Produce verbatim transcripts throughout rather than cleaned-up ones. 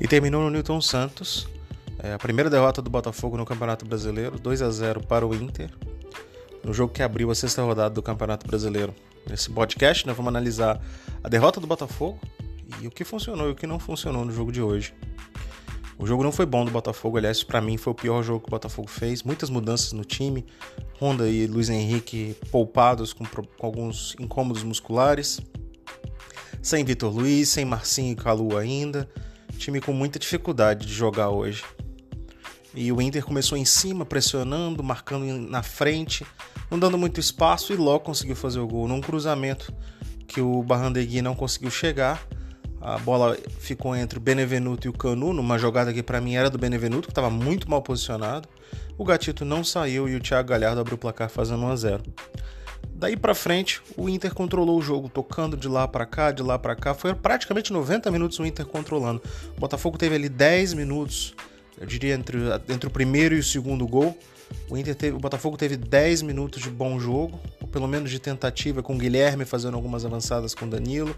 E terminou no Newton Santos, é, a primeira derrota do Botafogo no Campeonato Brasileiro, dois a zero para o Inter, no jogo que abriu a sexta rodada do Campeonato Brasileiro. Nesse podcast nós vamos analisar a derrota do Botafogo e o que funcionou e o que não funcionou no jogo de hoje. O jogo não foi bom do Botafogo, aliás, para mim foi o pior jogo que o Botafogo fez. Muitas mudanças no time, Honda e Luiz Henrique poupados com, com alguns incômodos musculares, sem Vitor Luiz, sem Marcinho e Calu ainda, time com muita dificuldade de jogar hoje. E o Inter começou em cima, pressionando, marcando na frente, não dando muito espaço e logo conseguiu fazer o gol num cruzamento que o Barrandegui não conseguiu chegar. A bola ficou entre o Benevenuto e o Canu, numa jogada que para mim era do Benevenuto, que estava muito mal posicionado. O Gatito não saiu e o Thiago Galhardo abriu o placar fazendo um a zero. Daí para frente, o Inter controlou o jogo, tocando de lá para cá, de lá para cá. Foi praticamente noventa minutos o Inter controlando. O Botafogo teve ali dez minutos, eu diria, entre, entre o primeiro e o segundo gol. O, Inter teve, o Botafogo teve dez minutos de bom jogo, ou pelo menos de tentativa, com o Guilherme fazendo algumas avançadas com o Danilo,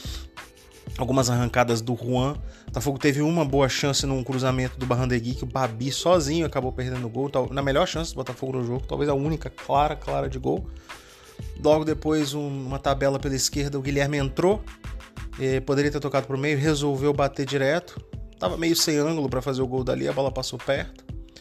algumas arrancadas do Juan. O Botafogo teve uma boa chance num cruzamento do Barrandegui, que o Babi sozinho acabou perdendo o gol, na melhor chance do Botafogo no jogo, talvez a única clara, clara de gol. Logo depois, um, uma tabela pela esquerda, o Guilherme entrou, eh, poderia ter tocado para o meio, resolveu bater direto, estava meio sem ângulo para fazer o gol dali, a bola passou perto.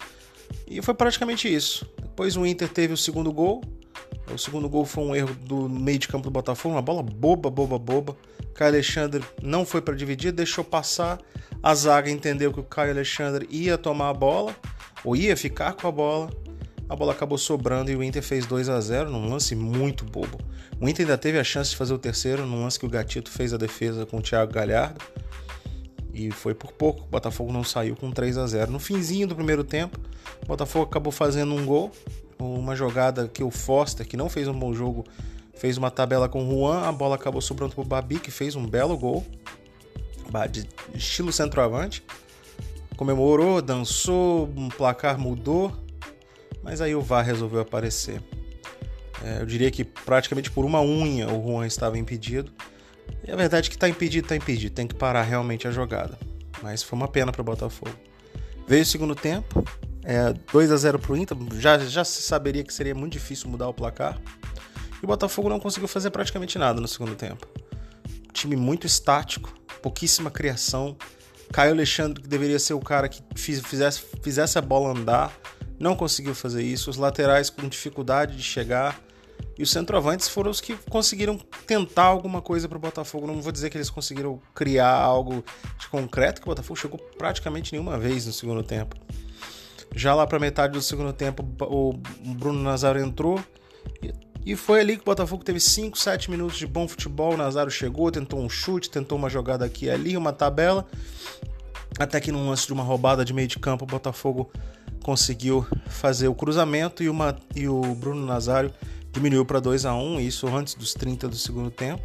E foi praticamente isso. Depois o Inter teve o segundo gol. O segundo gol foi um erro do meio de campo do Botafogo, uma bola boba, boba, boba. Caio Alexandre não foi para dividir, deixou passar. A zaga entendeu que o Caio Alexandre ia tomar a bola, ou ia ficar com a bola. A bola acabou sobrando e o Inter fez dois a zero num lance muito bobo. O Inter ainda teve a chance de fazer o terceiro, num lance que o Gatito fez a defesa com o Thiago Galhardo. E foi por pouco, o Botafogo não saiu com três a zero. No finzinho do primeiro tempo, o Botafogo acabou fazendo um gol, uma jogada que o Foster, que não fez um bom jogo, fez uma tabela com o Juan, a bola acabou sobrando para o Babi, que fez um belo gol, de estilo centroavante. Comemorou, dançou, um placar mudou, mas aí o V A R resolveu aparecer. É, eu diria que praticamente por uma unha o Juan estava impedido. E a verdade é que tá impedido, tá impedido. Tem que parar realmente a jogada. Mas foi uma pena para o Botafogo. Veio o segundo tempo. É, dois a zero para o Inter. Já, já se saberia que seria muito difícil mudar o placar. E o Botafogo não conseguiu fazer praticamente nada no segundo tempo. Time muito estático. Pouquíssima criação. Caio Alexandre, que deveria ser o cara que fizesse, fizesse a bola andar, não conseguiu fazer isso. Os laterais com dificuldade de chegar. E os centroavantes foram os que conseguiram tentar alguma coisa para o Botafogo. Não vou dizer que eles conseguiram criar algo de concreto, que o Botafogo chegou praticamente nenhuma vez no segundo tempo. Já lá para metade do segundo tempo, o Bruno Nazário entrou e foi ali que o Botafogo teve cinco, sete minutos de bom futebol. O Nazário chegou, tentou um chute, tentou uma jogada aqui e ali, uma tabela. Até que num lance de uma roubada de meio de campo, o Botafogo conseguiu fazer o cruzamento e, uma, e o Bruno Nazário diminuiu para dois a um, isso antes dos trinta do segundo tempo.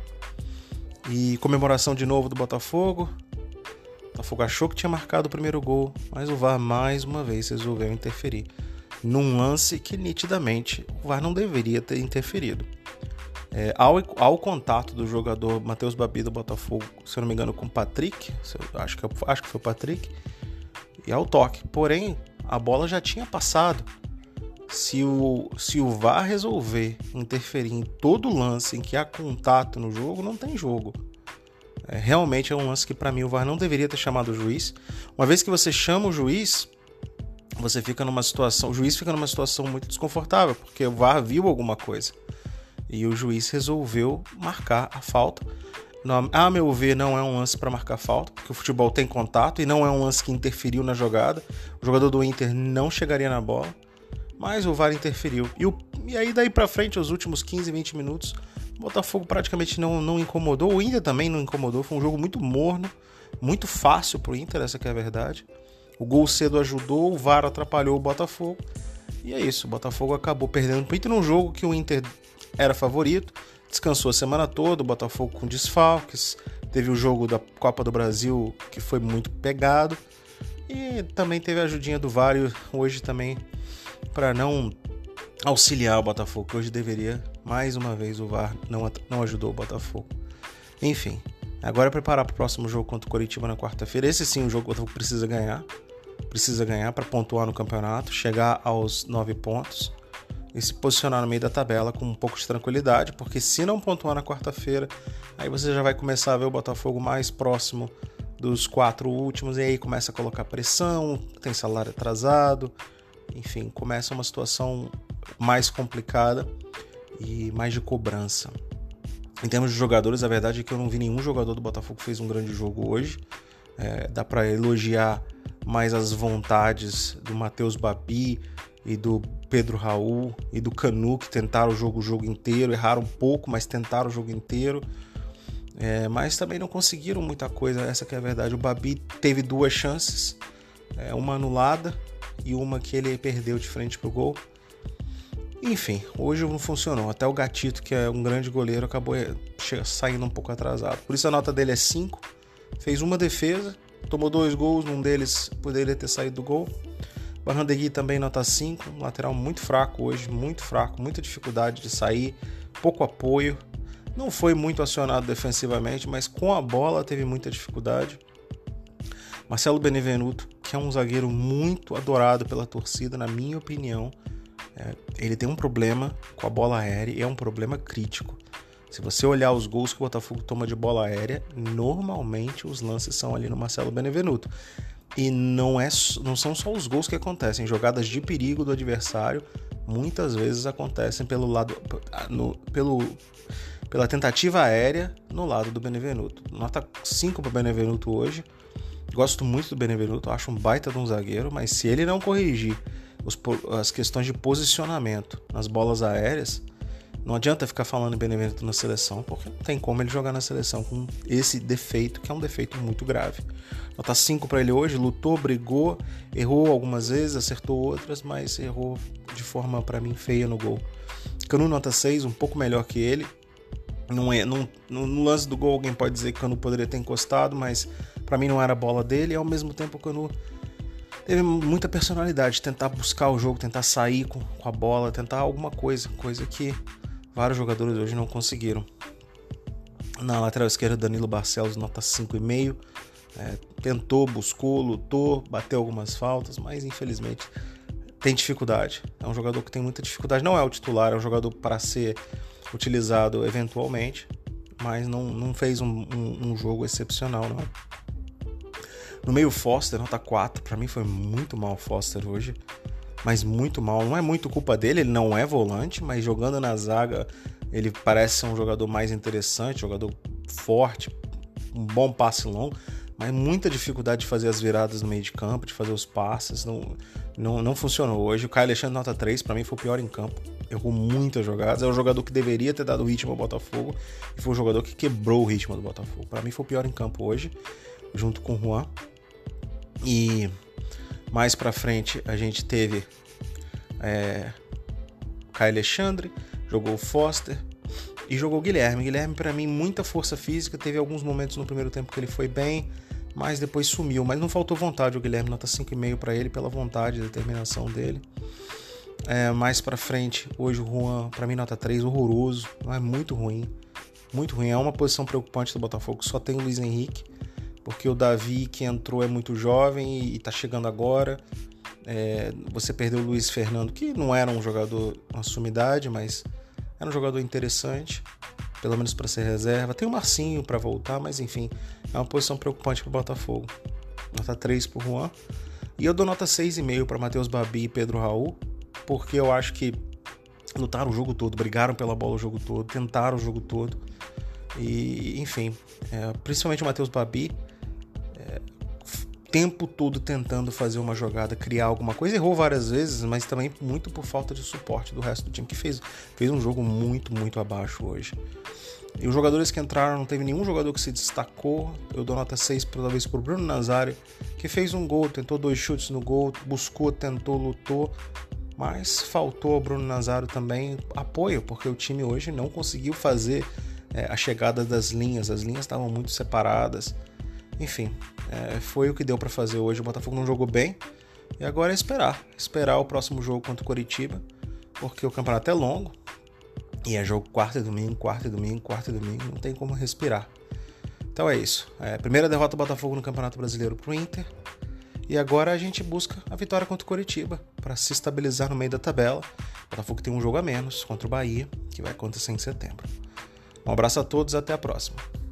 E comemoração de novo do Botafogo. O Botafogo achou que tinha marcado o primeiro gol, mas o V A R mais uma vez resolveu interferir num lance que nitidamente o V A R não deveria ter interferido. É, ao, ao contato do jogador Matheus Babi do Botafogo, se eu não me engano, com o Patrick, acho que, acho que foi o Patrick, e ao toque. Porém, a bola já tinha passado. Se o, se o V A R resolver interferir em todo lance em que há contato no jogo, não tem jogo. É, realmente é um lance que para mim o V A R não deveria ter chamado o juiz. Uma vez que você chama o juiz, você fica numa situação, o juiz fica numa situação muito desconfortável, porque o V A R viu alguma coisa. E o juiz resolveu marcar a falta. A meu ver, não é um lance para marcar falta, porque o futebol tem contato e não é um lance que interferiu na jogada. O jogador do Inter não chegaria na bola. Mas o V A R interferiu. E, o, e aí daí pra frente, os últimos quinze, vinte minutos, o Botafogo praticamente não, não incomodou. O Inter também não incomodou. Foi um jogo muito morno, muito fácil pro Inter, essa que é a verdade. O gol cedo ajudou, o V A R atrapalhou o Botafogo. E é isso, o Botafogo acabou perdendo pro Inter num jogo que o Inter era favorito. Descansou a semana toda, o Botafogo com desfalques. Teve o jogo da Copa do Brasil que foi muito pegado. E também teve a ajudinha do V A R hoje também, para não auxiliar o Botafogo, que hoje deveria, mais uma vez, o V A R não, não ajudou o Botafogo. Enfim, Agora é preparar para o próximo jogo contra o Coritiba na quarta-feira. Esse sim, o jogo que o Botafogo precisa ganhar. Precisa ganhar para pontuar no campeonato, chegar aos nove pontos e se posicionar no meio da tabela com um pouco de tranquilidade, porque se não pontuar na quarta-feira, aí você já vai começar a ver o Botafogo mais próximo dos quatro últimos, e aí começa a colocar pressão, tem salário atrasado, enfim, começa uma situação mais complicada e mais de cobrança. Em termos de jogadores, a verdade é que eu não vi nenhum jogador do Botafogo que fez um grande jogo hoje. É, dá para elogiar mais as vontades do Matheus Babi e do Pedro Raul e do Canu, que tentaram o jogo o jogo inteiro, erraram um pouco, mas tentaram o jogo inteiro. É, mas também não conseguiram muita coisa, essa que é a verdade. O Babi teve duas chances, é, uma anulada e uma que ele perdeu de frente pro gol. Enfim, hoje não funcionou. Até o Gatito, que é um grande goleiro, acabou saindo um pouco atrasado. Por isso a nota dele é cinco. Fez uma defesa, tomou dois gols, um deles poderia ter saído do gol. Barrandegui também nota cinco, um lateral muito fraco hoje, muito fraco, muita dificuldade de sair, pouco apoio. Não foi muito acionado defensivamente, mas com a bola teve muita dificuldade. Marcelo Benevenuto, que é um zagueiro muito adorado pela torcida, na minha opinião, é, ele tem um problema com a bola aérea e é um problema crítico. Se você olhar os gols que o Botafogo toma de bola aérea, normalmente os lances são ali no Marcelo Benevenuto. E não, é, não são só os gols que acontecem, jogadas de perigo do adversário muitas vezes acontecem pelo lado, no, pelo, pela tentativa aérea no lado do Benevenuto. Nota cinco para o Benevenuto hoje. Gosto muito do Benevenuto, acho um baita de um zagueiro, mas se ele não corrigir os, as questões de posicionamento nas bolas aéreas, não adianta ficar falando em Benevenuto na seleção, porque não tem como ele jogar na seleção com esse defeito, que é um defeito muito grave. Nota cinco para ele hoje, lutou, brigou, errou algumas vezes, acertou outras, mas errou de forma, para mim, feia no gol. Canu nota seis, um pouco melhor que ele. Não é, não, no lance do gol alguém pode dizer que o Canu poderia ter encostado, mas para mim não era a bola dele, e ao mesmo tempo o Canu teve muita personalidade, tentar buscar o jogo, tentar sair com, com a bola, tentar alguma coisa, coisa que vários jogadores hoje não conseguiram. Na lateral esquerda, Danilo Barcelos, nota cinco vírgula cinco. É, tentou, buscou, lutou, bateu algumas faltas, mas infelizmente tem dificuldade. É um jogador que tem muita dificuldade. Não é o titular, é um jogador para ser utilizado eventualmente, mas não, não fez um, um, um jogo excepcional, não. No meio, Foster, nota quatro. Para mim foi muito mal o Foster hoje, mas muito mal. Não é muito culpa dele, ele não é volante, mas jogando na zaga ele parece ser um jogador mais interessante, jogador forte, um bom passe longo, mas muita dificuldade de fazer as viradas no meio de campo, de fazer os passes, não, não, não funcionou hoje. O Caio Alexandre nota três, para mim foi o pior em campo, errou muitas jogadas, é o jogador que deveria ter dado ritmo ao Botafogo e foi o jogador que quebrou o ritmo do Botafogo. Para mim foi o pior em campo hoje, junto com o Juan. E mais pra frente a gente teve é, o Caio Alexandre, jogou o Foster e jogou o Guilherme. Guilherme, para mim, muita força física, teve alguns momentos no primeiro tempo que ele foi bem, mas depois sumiu. Mas não faltou vontade, o Guilherme, nota cinco vírgula cinco para ele, pela vontade e determinação dele. É, mais pra frente, hoje o Juan, para mim, nota três, horroroso, não é muito ruim, muito ruim. É uma posição preocupante do Botafogo, só tem o Luiz Henrique, porque o Davi que entrou é muito jovem e está chegando agora. É, você perdeu o Luiz Fernando, que não era um jogador uma sumidade, mas era um jogador interessante, pelo menos para ser reserva. Tem o Marcinho para voltar, mas enfim, é uma posição preocupante para o Botafogo. Nota três para o Juan. E eu dou nota seis vírgula cinco para Matheus Babi e Pedro Raul, porque eu acho que lutaram o jogo todo, brigaram pela bola o jogo todo, tentaram o jogo todo. E, enfim, é, principalmente o Matheus Babi, é, o tempo todo tentando fazer uma jogada, criar alguma coisa, errou várias vezes, mas também muito por falta de suporte do resto do time, que fez, fez um jogo muito, muito abaixo hoje. E os jogadores que entraram, não teve nenhum jogador que se destacou. Eu dou nota seis talvez para o Bruno Nazário, que fez um gol, tentou dois chutes no gol, buscou, tentou, lutou, mas faltou ao Bruno Nazário também apoio, porque o time hoje não conseguiu fazer é, a chegada das linhas, as linhas estavam muito separadas. Enfim, é, foi o que deu para fazer hoje. O Botafogo não jogou bem e agora é esperar, esperar o próximo jogo contra o Coritiba, porque o campeonato é longo e é jogo quarta e domingo, quarta e domingo, quarta e domingo, não tem como respirar. Então é isso. É, primeira derrota do Botafogo no Campeonato Brasileiro pro Inter. E agora a gente busca a vitória contra o Coritiba para se estabilizar no meio da tabela. O Botafogo tem um jogo a menos contra o Bahia, que vai acontecer em setembro. Um abraço a todos, até a próxima.